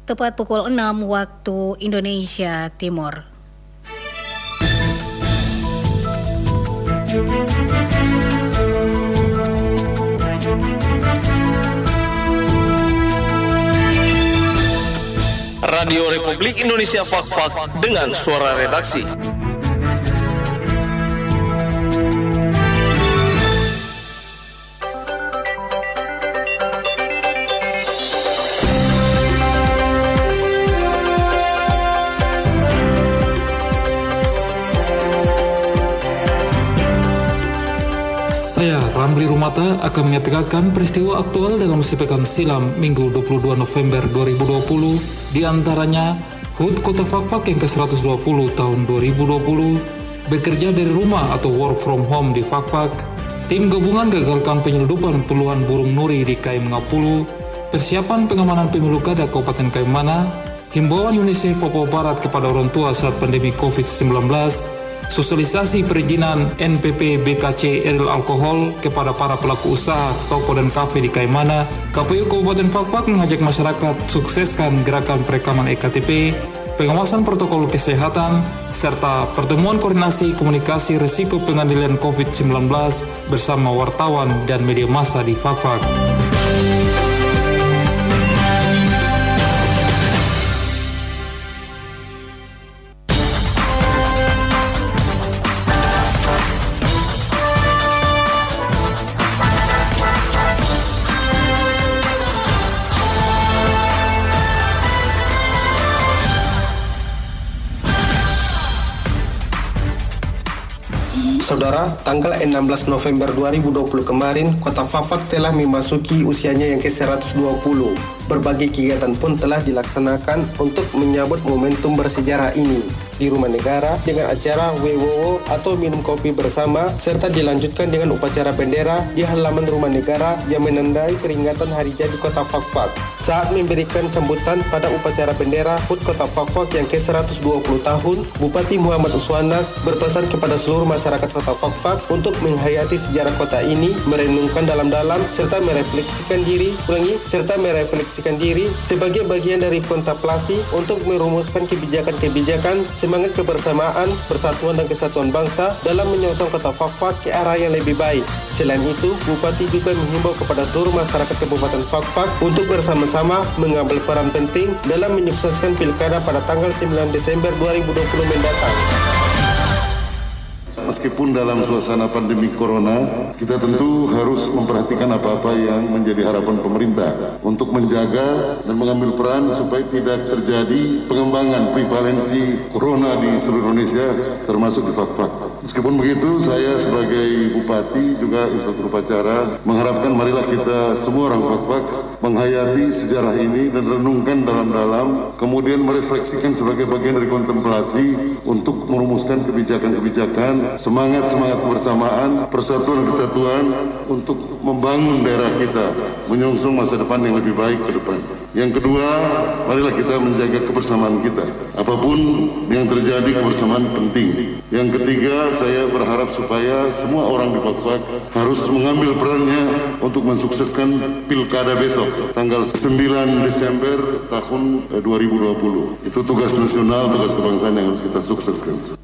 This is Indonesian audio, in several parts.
tepat pukul 6 waktu Indonesia Timur. Radio Republik Indonesia Fak-Fak dengan suara redaksi. Saya, Ramli Rumata, akan menyatakan peristiwa aktual dalam sepekan silam Minggu 22 November 2020, diantaranya HUT Kota Fak-Fak yang ke-120 tahun 2020, bekerja dari rumah atau work from home di Fak-Fak, tim gabungan gagalkan penyeludupan puluhan burung nuri di KM Ngapulu, persiapan pengamanan pemilu kada Kabupaten Kaimana, himbauan UNICEF Papua Barat kepada orang tua saat pandemi COVID-19, sosialisasi perizinan NPP BKC eril alkohol kepada para pelaku usaha toko dan kafe di Kaimana. KPU Kabupaten Fak-Fak mengajak masyarakat sukseskan gerakan perekaman EKTP, pengawasan protokol kesehatan, serta pertemuan koordinasi komunikasi risiko pengendalian COVID-19 bersama wartawan dan media massa di Fak-Fak. Saudara, tanggal 16 November 2020 kemarin, Kota Fak-Fak telah memasuki usianya yang ke-120. Berbagai kegiatan pun telah dilaksanakan untuk menyambut momentum bersejarah ini di Rumah Negara dengan acara Wewowo atau minum kopi bersama, serta dilanjutkan dengan upacara bendera di halaman Rumah Negara yang menandai peringatan hari jadi Kota Fak-Fak. Saat memberikan sambutan pada upacara bendera HUT Kota Fak-Fak yang ke-120 tahun, Bupati Muhammad Uswanas berpesan kepada seluruh masyarakat Kota Fak-Fak untuk menghayati sejarah kota ini, merenungkan dalam-dalam serta merefleksikan diri sebagai bagian dari kontemplasi untuk merumuskan kebijakan-kebijakan semangat kebersamaan, persatuan dan kesatuan bangsa dalam menyongsong Kota Fak-Fak ke arah yang lebih baik. Selain itu, Bupati juga menghimbau kepada seluruh masyarakat Kabupaten Fak-Fak untuk bersama-sama mengambil peran penting dalam menyukseskan pilkada pada tanggal 9 Desember 2020 mendatang. Meskipun dalam suasana pandemi corona, kita tentu harus memperhatikan apa-apa yang menjadi harapan pemerintah untuk menjaga dan mengambil peran supaya tidak terjadi pengembangan prevalensi corona di seluruh Indonesia, termasuk di Fak-Fak. Meskipun begitu, saya sebagai Bupati juga Inspektur Upacara mengharapkan marilah kita semua orang Fak-Fak menghayati sejarah ini dan renungkan dalam-dalam, kemudian merefleksikan sebagai bagian dari kontemplasi untuk merumuskan kebijakan-kebijakan, semangat kebersamaan, persatuan kesatuan untuk membangun daerah kita, menyongsong masa depan yang lebih baik ke depan. Yang kedua, marilah kita menjaga kebersamaan kita. Apapun yang terjadi, kebersamaan penting. Yang ketiga, saya berharap supaya semua orang di Fak-Fak harus mengambil perannya untuk mensukseskan pilkada besok, tanggal 9 Desember tahun 2020. Itu tugas nasional, tugas kebangsaan yang harus kita sukseskan.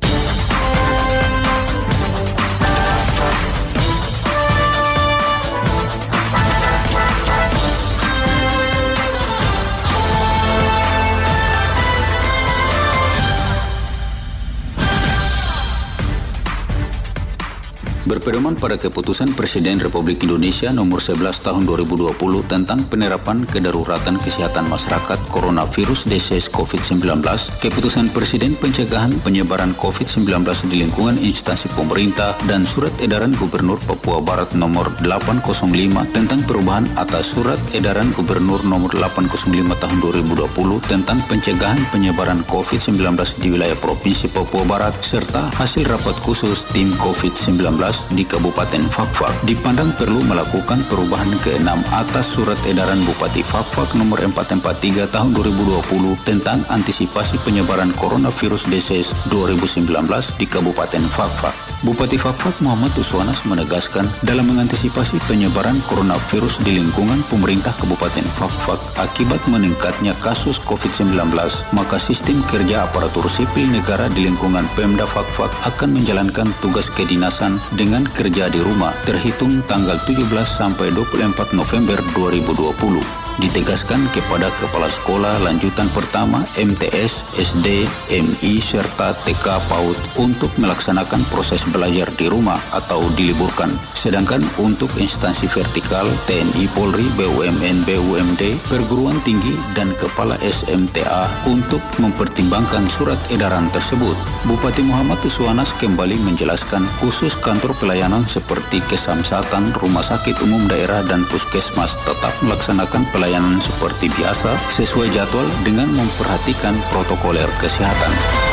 Berpedoman pada keputusan Presiden Republik Indonesia nomor 11 tahun 2020 tentang penerapan kedaruratan kesehatan masyarakat coronavirus disease COVID-19, keputusan Presiden pencegahan penyebaran COVID-19 di lingkungan instansi pemerintah dan surat edaran Gubernur Papua Barat nomor 805 tentang perubahan atas surat edaran Gubernur nomor 805 tahun 2020 tentang pencegahan penyebaran COVID-19 di wilayah Provinsi Papua Barat serta hasil rapat khusus tim COVID-19 di Kabupaten Fakfak dipandang perlu melakukan perubahan ke-6 atas Surat Edaran Bupati Fakfak nomor 443 tahun 2020 tentang antisipasi penyebaran coronavirus disease 2019 di Kabupaten Fakfak. Bupati Fakfak Muhammad Uswanas menegaskan dalam mengantisipasi penyebaran coronavirus di lingkungan pemerintah Kabupaten Fakfak akibat meningkatnya kasus COVID-19, maka sistem kerja aparatur sipil negara di lingkungan Pemda Fakfak akan menjalankan tugas kedinasan dengan kerja di rumah terhitung tanggal 17 sampai 24 November 2020. Ditegaskan kepada Kepala Sekolah Lanjutan Pertama, MTS, SD, MI, serta TK PAUD untuk melaksanakan proses belajar di rumah atau diliburkan. Sedangkan untuk instansi vertikal, TNI Polri, BUMN, BUMD, perguruan tinggi, dan Kepala SMTA untuk mempertimbangkan surat edaran tersebut. Bupati Muhammad Uswanas kembali menjelaskan khusus kantor pelayanan seperti Kesamsatan, Rumah Sakit Umum Daerah, dan Puskesmas tetap melaksanakan pelayanan seperti biasa sesuai jadwal dengan memperhatikan protokoler kesehatan.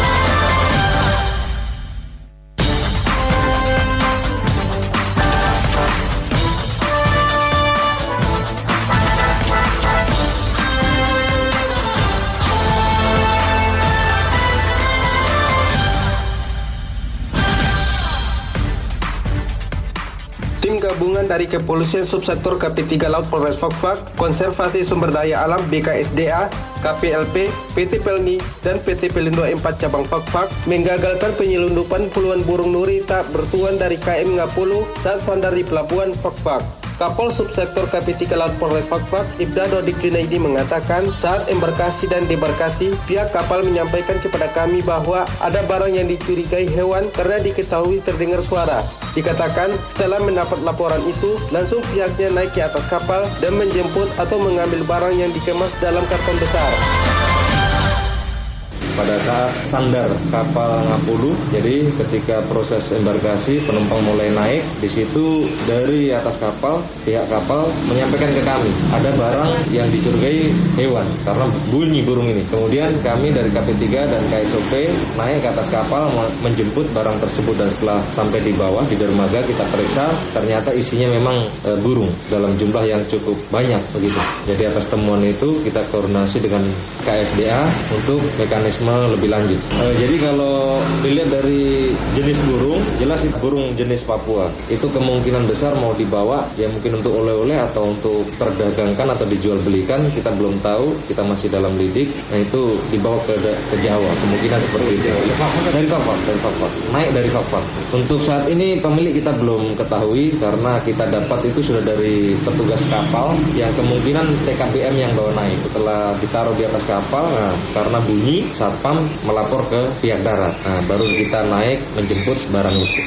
Tim gabungan dari Kepolisian Subsektor KP3 Laut Polres Fakfak, Konservasi Sumber Daya Alam BKSDA, KPLP, PT Pelni, dan PT Pelindo 4 Cabang Fakfak menggagalkan penyelundupan puluhan burung nuri tak bertuan dari KM Ngapulu saat sandar di pelabuhan Fakfak. Kapol Subsektor KP3 Laut Polres Fakfak, Ibda Dodik Junaidi mengatakan saat embarkasi dan debarkasi, pihak kapal menyampaikan kepada kami bahwa ada barang yang dicurigai hewan karena diketahui terdengar suara. Dikatakan setelah mendapat laporan itu, langsung pihaknya naik ke atas kapal dan menjemput atau mengambil barang yang dikemas dalam karton besar. Pada saat sandar kapal Ngapulu, jadi ketika proses embarkasi penumpang mulai naik, di situ dari atas kapal pihak kapal menyampaikan ke kami ada barang yang dicurigai hewan karena bunyi burung ini. Kemudian kami dari KP3 dan KSOP naik ke atas kapal menjemput barang tersebut, dan setelah sampai di bawah di dermaga kita periksa, ternyata isinya memang burung dalam jumlah yang cukup banyak begitu. Jadi atas temuan itu kita koordinasi dengan KSDA untuk mekanisme lebih lanjut. Jadi kalau dilihat dari jenis burung, jelas itu burung jenis Papua. Itu kemungkinan besar mau dibawa ya mungkin untuk oleh-oleh atau untuk perdagangkan atau dijual belikan, kita belum tahu, kita masih dalam lidik. Nah itu dibawa ke Jawa, kemungkinan seperti itu. Dari Fakfak, naik dari Fakfak. Untuk saat ini pemilik kita belum ketahui karena kita dapat itu sudah dari petugas kapal yang kemungkinan TKBM yang bawa naik. Setelah ditaruh di atas kapal, nah, karena bunyi Satpam melapor ke pihak darat. Nah, baru kita naik menjemput barang itu.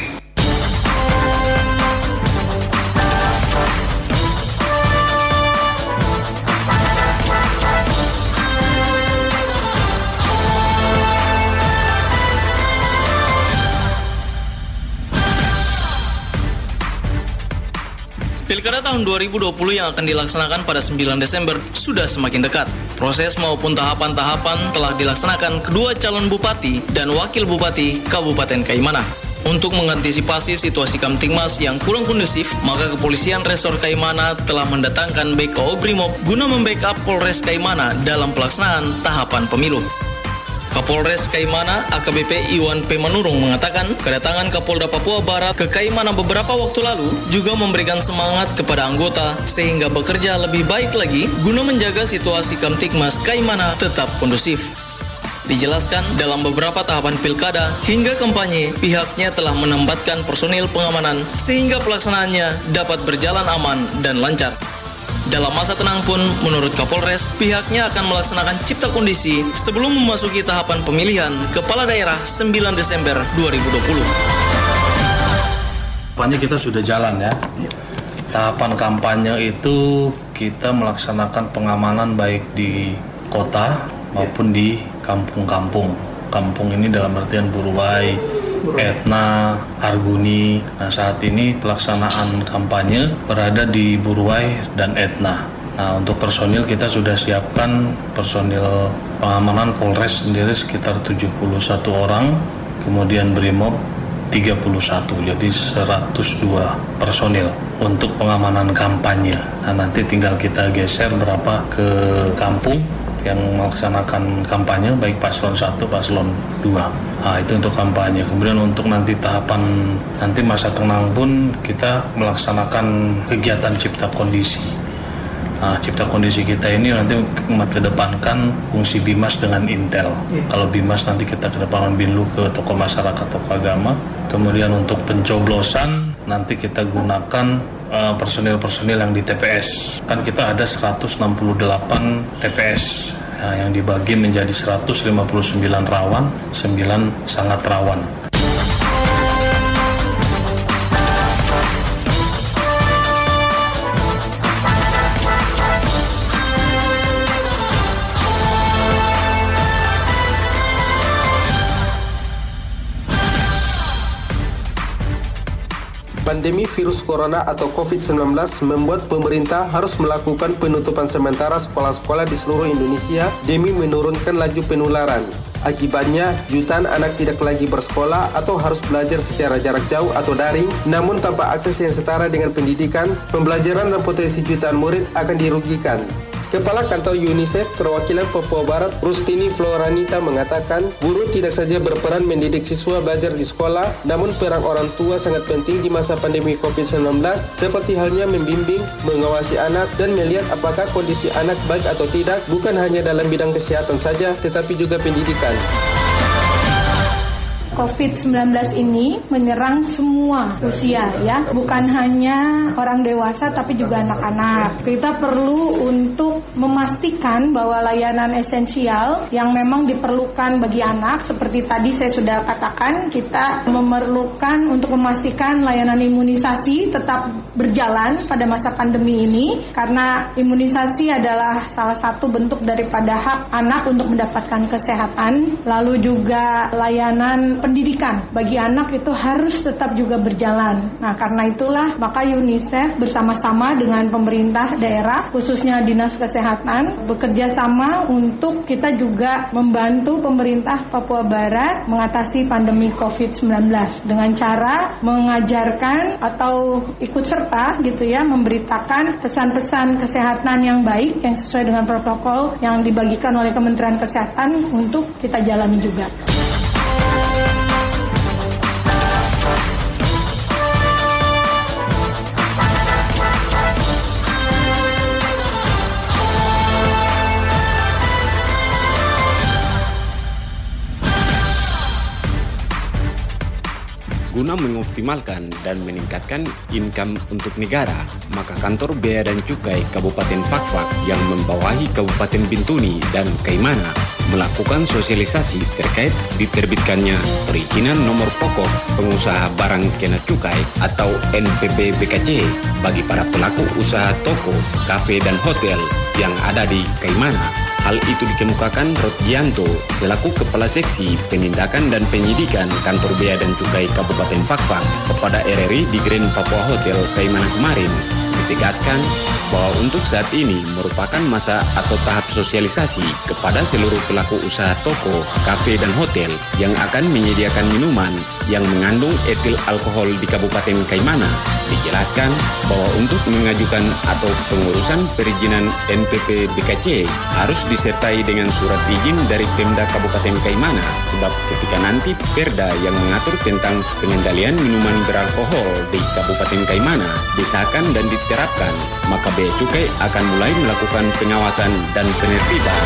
Pilkada tahun 2020 yang akan dilaksanakan pada 9 Desember sudah semakin dekat. Proses maupun tahapan-tahapan telah dilaksanakan kedua calon bupati dan wakil bupati Kabupaten Kaimana. Untuk mengantisipasi situasi Kamtibmas yang kurang kondusif, maka Kepolisian Resor Kaimana telah mendatangkan BKO Brimob guna membackup Polres Kaimana dalam pelaksanaan tahapan pemilu. Kapolres Kaimana AKBP Iwan P. Manurung mengatakan kedatangan Kapolda Papua Barat ke Kaimana beberapa waktu lalu juga memberikan semangat kepada anggota sehingga bekerja lebih baik lagi guna menjaga situasi Kamtibmas Kaimana tetap kondusif. Dijelaskan dalam beberapa tahapan pilkada hingga kampanye, pihaknya telah menempatkan personil pengamanan sehingga pelaksanaannya dapat berjalan aman dan lancar. Dalam masa tenang pun, menurut Kapolres, pihaknya akan melaksanakan cipta kondisi sebelum memasuki tahapan pemilihan Kepala Daerah 9 Desember 2020. Kampanye kita sudah jalan ya. Tahapan kampanye itu kita melaksanakan pengamanan baik di kota maupun di kampung-kampung. Kampung ini dalam artian Buruwai, Etna, Arguni. Nah saat ini pelaksanaan kampanye berada di Buruwai dan Etna. Nah untuk personil kita sudah siapkan personil pengamanan Polres sendiri sekitar 71 orang, kemudian Brimob jadi 102 personil untuk pengamanan kampanye. Nah, nanti tinggal kita geser berapa ke kampung yang melaksanakan kampanye, baik paslon 1, paslon 2. Nah, itu untuk kampanye. Kemudian untuk nanti tahapan nanti masa tenang pun kita melaksanakan kegiatan cipta kondisi. Nah, cipta kondisi kita ini nanti kedepankan fungsi Bimas dengan Intel. Kalau Bimas nanti kita kedepankan Binlu ke tokoh masyarakat, tokoh agama. Kemudian untuk pencoblosan nanti kita gunakan personil-personil yang di TPS. Kan kita ada 168 TPS yang dibagi menjadi 159 rawan, 9 sangat rawan. Pandemi virus corona atau COVID-19 membuat pemerintah harus melakukan penutupan sementara sekolah-sekolah di seluruh Indonesia demi menurunkan laju penularan. Akibatnya, jutaan anak tidak lagi bersekolah atau harus belajar secara jarak jauh atau daring, namun tanpa akses yang setara dengan pendidikan, pembelajaran dan potensi jutaan murid akan dirugikan. Kepala Kantor UNICEF Perwakilan Papua Barat, Rustini Floranita mengatakan, guru tidak saja berperan mendidik siswa belajar di sekolah, namun peran orang tua sangat penting di masa pandemi COVID-19, seperti halnya membimbing, mengawasi anak, dan melihat apakah kondisi anak baik atau tidak, bukan hanya dalam bidang kesehatan saja, tetapi juga pendidikan. COVID-19 ini menyerang semua usia, ya, bukan hanya orang dewasa tapi juga anak-anak. Kita perlu untuk memastikan bahwa layanan esensial yang memang diperlukan bagi anak, seperti tadi saya sudah katakan, kita memerlukan untuk memastikan layanan imunisasi tetap berjalan pada masa pandemi ini, karena imunisasi adalah salah satu bentuk daripada hak anak untuk mendapatkan kesehatan. Lalu juga layanan pendidikan bagi anak itu harus tetap juga berjalan. Nah, karena itulah maka UNICEF bersama-sama dengan pemerintah daerah, khususnya Dinas Kesehatan, bekerja sama untuk kita juga membantu pemerintah Papua Barat mengatasi pandemi COVID-19 dengan cara mengajarkan atau ikut serta gitu ya, memberitakan pesan-pesan kesehatan yang baik yang sesuai dengan protokol yang dibagikan oleh Kementerian Kesehatan untuk kita jalani juga. Guna mengoptimalkan dan meningkatkan income untuk negara, maka Kantor Bea dan Cukai Kabupaten Fakfak yang membawahi Kabupaten Bintuni dan Kaimana melakukan sosialisasi terkait diterbitkannya perizinan nomor pokok pengusaha barang kena cukai atau NPB BKC bagi para pelaku usaha toko, kafe dan hotel yang ada di Kaimana. Hal itu dikemukakan Rodgianto selaku Kepala Seksi Penindakan dan Penyidikan Kantor Bea dan Cukai Kabupaten Fakfak kepada RRI di Grand Papua Hotel Kaimana kemarin. Ditegaskan bahwa untuk saat ini merupakan masa atau tahap sosialisasi kepada seluruh pelaku usaha toko, kafe dan hotel yang akan menyediakan minuman yang mengandung etil alkohol di Kabupaten Kaimana. Dijelaskan bahwa untuk mengajukan atau pengurusan perizinan NPP BKC harus disertai dengan surat izin dari Pemda Kabupaten Kaimana, sebab ketika nanti Perda yang mengatur tentang pengendalian minuman beralkohol di Kabupaten Kaimana disahkan dan diterapkan, maka Bea Cukai akan mulai melakukan pengawasan dan penertiban.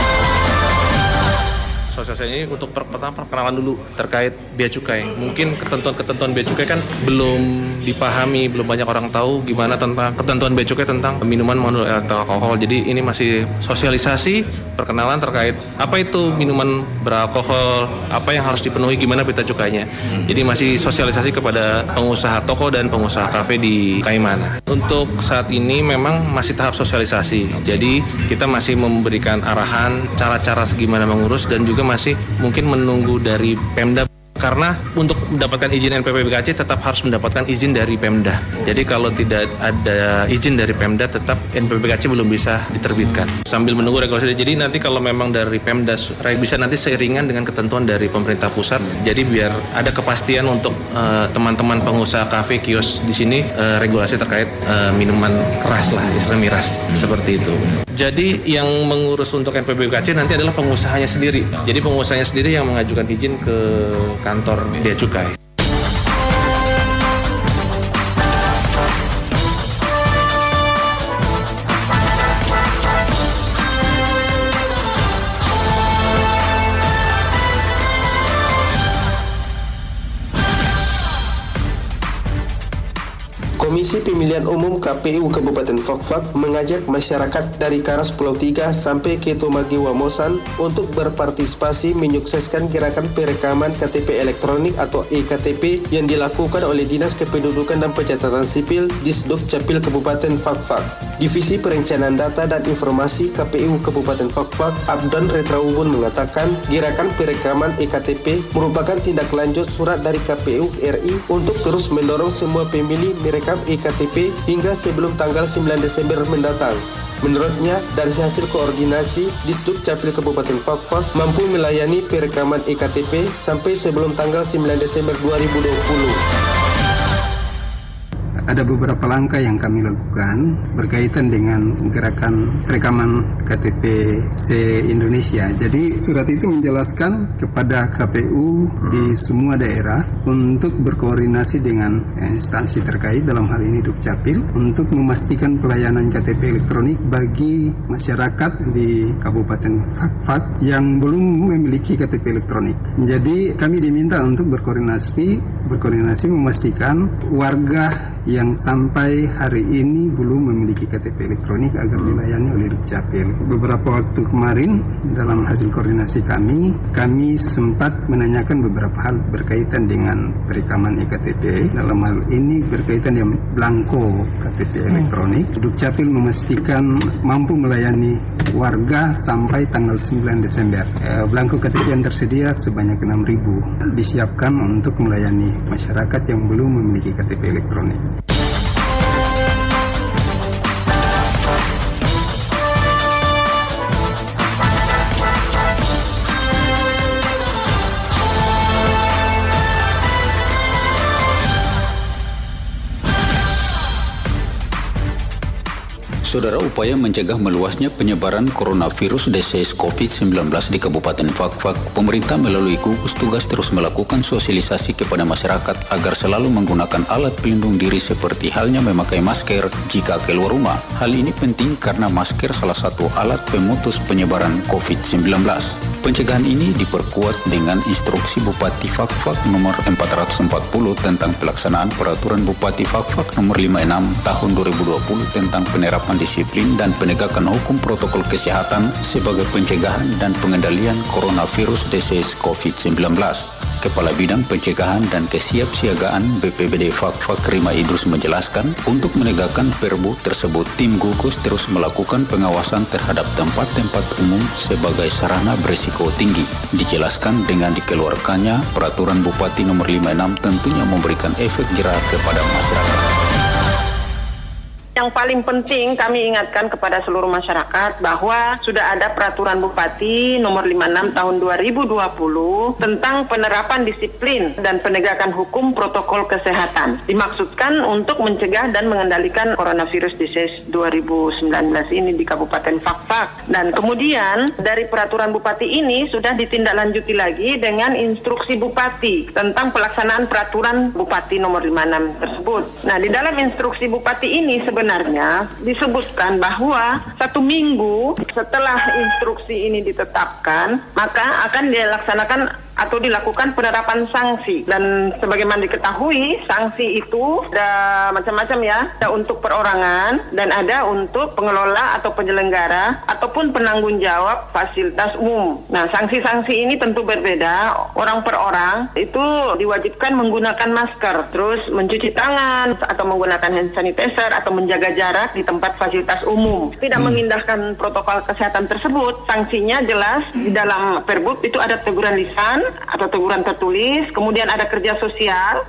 Sosialisasi ini untuk pertama perkenalan dulu terkait Bea Cukai. Mungkin ketentuan-ketentuan Bea Cukai kan belum dipahami, belum banyak orang tahu gimana tentang ketentuan Bea Cukai tentang minuman mengandung alkohol. Jadi ini masih sosialisasi, perkenalan terkait apa itu minuman beralkohol, apa yang harus dipenuhi, gimana pita cukainya. Jadi masih sosialisasi kepada pengusaha toko dan pengusaha kafe di Kaimana. Untuk saat ini memang masih tahap sosialisasi. Jadi kita masih memberikan arahan cara-cara gimana mengurus dan juga masih mungkin menunggu dari Pemda Karena untuk mendapatkan izin NPWBKC tetap harus mendapatkan izin dari Pemda. Jadi kalau tidak ada izin dari Pemda, tetap NPWBKC belum bisa diterbitkan. Sambil menunggu regulasi, jadi nanti kalau memang dari Pemda bisa nanti seiringan dengan ketentuan dari pemerintah pusat. Jadi biar ada kepastian untuk teman-teman pengusaha kafe, kios di sini regulasi terkait minuman keras lah, istilah miras seperti itu. Jadi yang mengurus untuk NPWBKC nanti adalah pengusahanya sendiri. Jadi pengusahanya sendiri yang mengajukan izin ke kantor Bea Cukai. Komisi Pemilihan Umum KPU Kabupaten Fakfak mengajak masyarakat dari Karas Pulau Tiga sampai ke Tomagi Wamosan untuk berpartisipasi menyukseskan gerakan perekaman KTP elektronik atau eKTP yang dilakukan oleh Dinas Kependudukan dan Pencatatan Sipil Disduk Capil Kabupaten Fakfak. Divisi Perencanaan Data dan Informasi KPU Kabupaten Fakfak, Abdan Retraubun mengatakan gerakan perekaman eKTP merupakan tindak lanjut surat dari KPU RI untuk terus mendorong semua pemilih merekam eKTP hingga sebelum tanggal 9 Desember mendatang. Menurutnya, dari hasil koordinasi, Disduk Capil Kabupaten Fakfak mampu melayani perekaman eKTP sampai sebelum tanggal 9 Desember 2020. Ada beberapa langkah yang kami lakukan berkaitan dengan gerakan perekaman KTP se-Indonesia. Jadi surat itu menjelaskan kepada KPU di semua daerah untuk berkoordinasi dengan instansi terkait, dalam hal ini Dukcapil, untuk memastikan pelayanan KTP elektronik bagi masyarakat di Kabupaten Fakfak yang belum memiliki KTP elektronik. Jadi kami diminta untuk berkoordinasi memastikan warga yang sampai hari ini belum memiliki KTP elektronik agar dilayani oleh Dukcapil. Beberapa waktu kemarin dalam hasil koordinasi kami sempat menanyakan beberapa hal berkaitan dengan perekaman eKTP. Dalam hal ini berkaitan dengan blanko KTP elektronik. Dukcapil memastikan mampu melayani warga sampai tanggal 9 Desember. Blanko KTP yang tersedia sebanyak 6.000 disiapkan untuk melayani masyarakat yang belum memiliki KTP elektronik. Saudara, upaya mencegah meluasnya penyebaran coronavirus disease COVID-19 di Kabupaten Fakfak, pemerintah melalui gugus tugas terus melakukan sosialisasi kepada masyarakat agar selalu menggunakan alat pelindung diri seperti halnya memakai masker jika keluar rumah. Hal ini penting karena masker salah satu alat pemutus penyebaran COVID-19. Pencegahan ini diperkuat dengan instruksi Bupati Fakfak nomor 440 tentang pelaksanaan peraturan Bupati Fakfak nomor 56 tahun 2020 tentang penerapan disiplin dan penegakan hukum protokol kesehatan sebagai pencegahan dan pengendalian coronavirus disease COVID-19. Kepala Bidang Pencegahan dan Kesiapsiagaan BPBD Fakfak Rima Idrus menjelaskan, untuk menegakkan perbu tersebut, tim gugus terus melakukan pengawasan terhadap tempat-tempat umum sebagai sarana berisiko tinggi. Dijelaskan dengan dikeluarkannya peraturan Bupati nomor 56 tentunya memberikan efek jera kepada masyarakat. Yang paling penting kami ingatkan kepada seluruh masyarakat bahwa sudah ada peraturan Bupati nomor 56 tahun 2020 tentang penerapan disiplin dan penegakan hukum protokol kesehatan. Dimaksudkan untuk mencegah dan mengendalikan coronavirus disease 2019 ini di Kabupaten Fakfak. Dan kemudian dari peraturan Bupati ini sudah ditindaklanjuti lagi dengan instruksi Bupati tentang pelaksanaan peraturan Bupati nomor 56 tersebut. Nah, di dalam instruksi Bupati ini sebenarnya disebutkan bahwa 1 minggu setelah instruksi ini ditetapkan, maka akan dilaksanakan atau dilakukan penerapan sanksi. Dan sebagaimana diketahui, sanksi itu ada macam-macam ya. Ada untuk perorangan dan ada untuk pengelola atau penyelenggara ataupun penanggung jawab fasilitas umum. Nah, sanksi-sanksi ini tentu berbeda. Orang per orang itu diwajibkan menggunakan masker, terus mencuci tangan atau menggunakan hand sanitizer atau menjaga jarak di tempat fasilitas umum. Tidak mengindahkan protokol kesehatan tersebut, sanksinya jelas di dalam Perbub itu ada teguran lisan atau teguran tertulis, kemudian ada kerja sosial.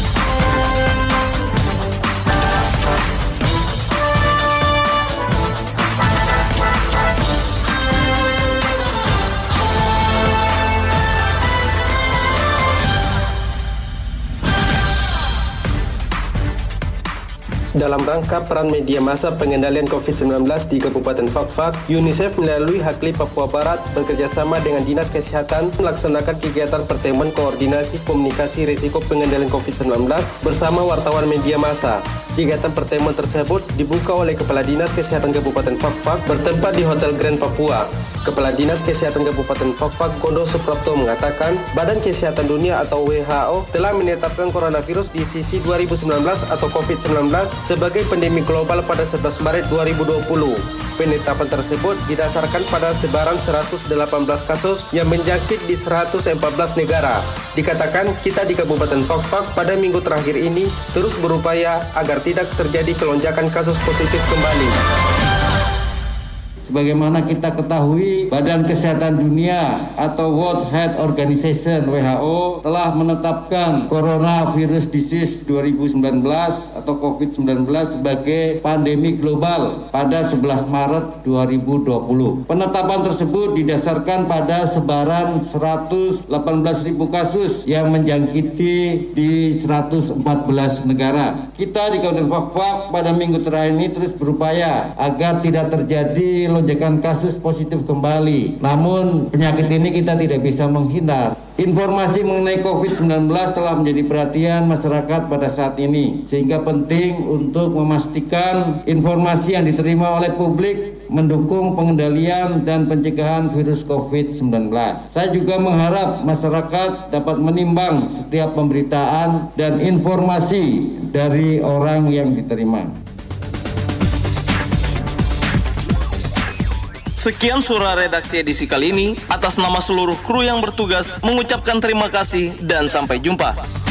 Dalam rangka peran media massa pengendalian COVID-19 di Kabupaten Fakfak, UNICEF melalui Hakli Papua Barat bekerjasama dengan Dinas Kesehatan melaksanakan kegiatan pertemuan koordinasi komunikasi risiko pengendalian COVID-19 bersama wartawan media massa. Kegiatan pertemuan tersebut dibuka oleh Kepala Dinas Kesehatan Kabupaten Fakfak bertempat di Hotel Grand Papua. Kepala Dinas Kesehatan Kabupaten Fakfak, Gondo Suprapto, mengatakan Badan Kesehatan Dunia atau WHO telah menetapkan coronavirus disease 2019 atau COVID-19 sebagai pandemi global pada 11 Maret 2020. Penetapan tersebut didasarkan pada sebaran 118 kasus yang menjangkit di 114 negara. Dikatakan kita di Kabupaten Fakfak pada minggu terakhir ini terus berupaya agar tidak terjadi kelonjakan kasus positif kembali. Sebagaimana kita ketahui, Badan Kesehatan Dunia atau World Health Organization WHO telah menetapkan Coronavirus Disease 2019 atau COVID-19 sebagai pandemi global pada 11 Maret 2020. Penetapan tersebut didasarkan pada sebaran 118.000 kasus yang menjangkiti di 114 negara. Kita di Kabupaten Fakfak pada minggu terakhir ini terus berupaya agar tidak terjadi lonjakan kasus positif kembali. Namun penyakit ini kita tidak bisa menghindar. Informasi mengenai COVID-19 telah menjadi perhatian masyarakat pada saat ini, sehingga penting untuk memastikan informasi yang diterima oleh publik mendukung pengendalian dan pencegahan virus COVID-19. Saya juga mengharap masyarakat dapat menimbang setiap pemberitaan dan informasi dari orang yang diterima. Sekian suara redaksi edisi kali ini. Atas nama seluruh kru yang bertugas mengucapkan terima kasih dan sampai jumpa.